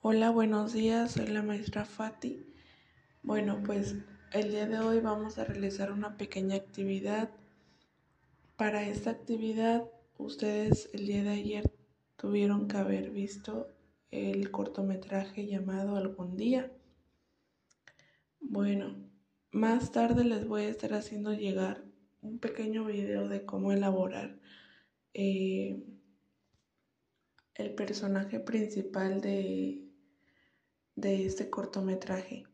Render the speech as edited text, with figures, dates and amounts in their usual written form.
Hola, buenos días, soy la maestra Fati. Bueno, pues el día de hoy vamos a realizar una pequeña actividad. Para esta actividad, ustedes el día de ayer tuvieron que haber visto el cortometraje llamado Algún día. Bueno, más tarde les voy a estar haciendo llegar un pequeño video de cómo elaborar el personaje principal de este cortometraje.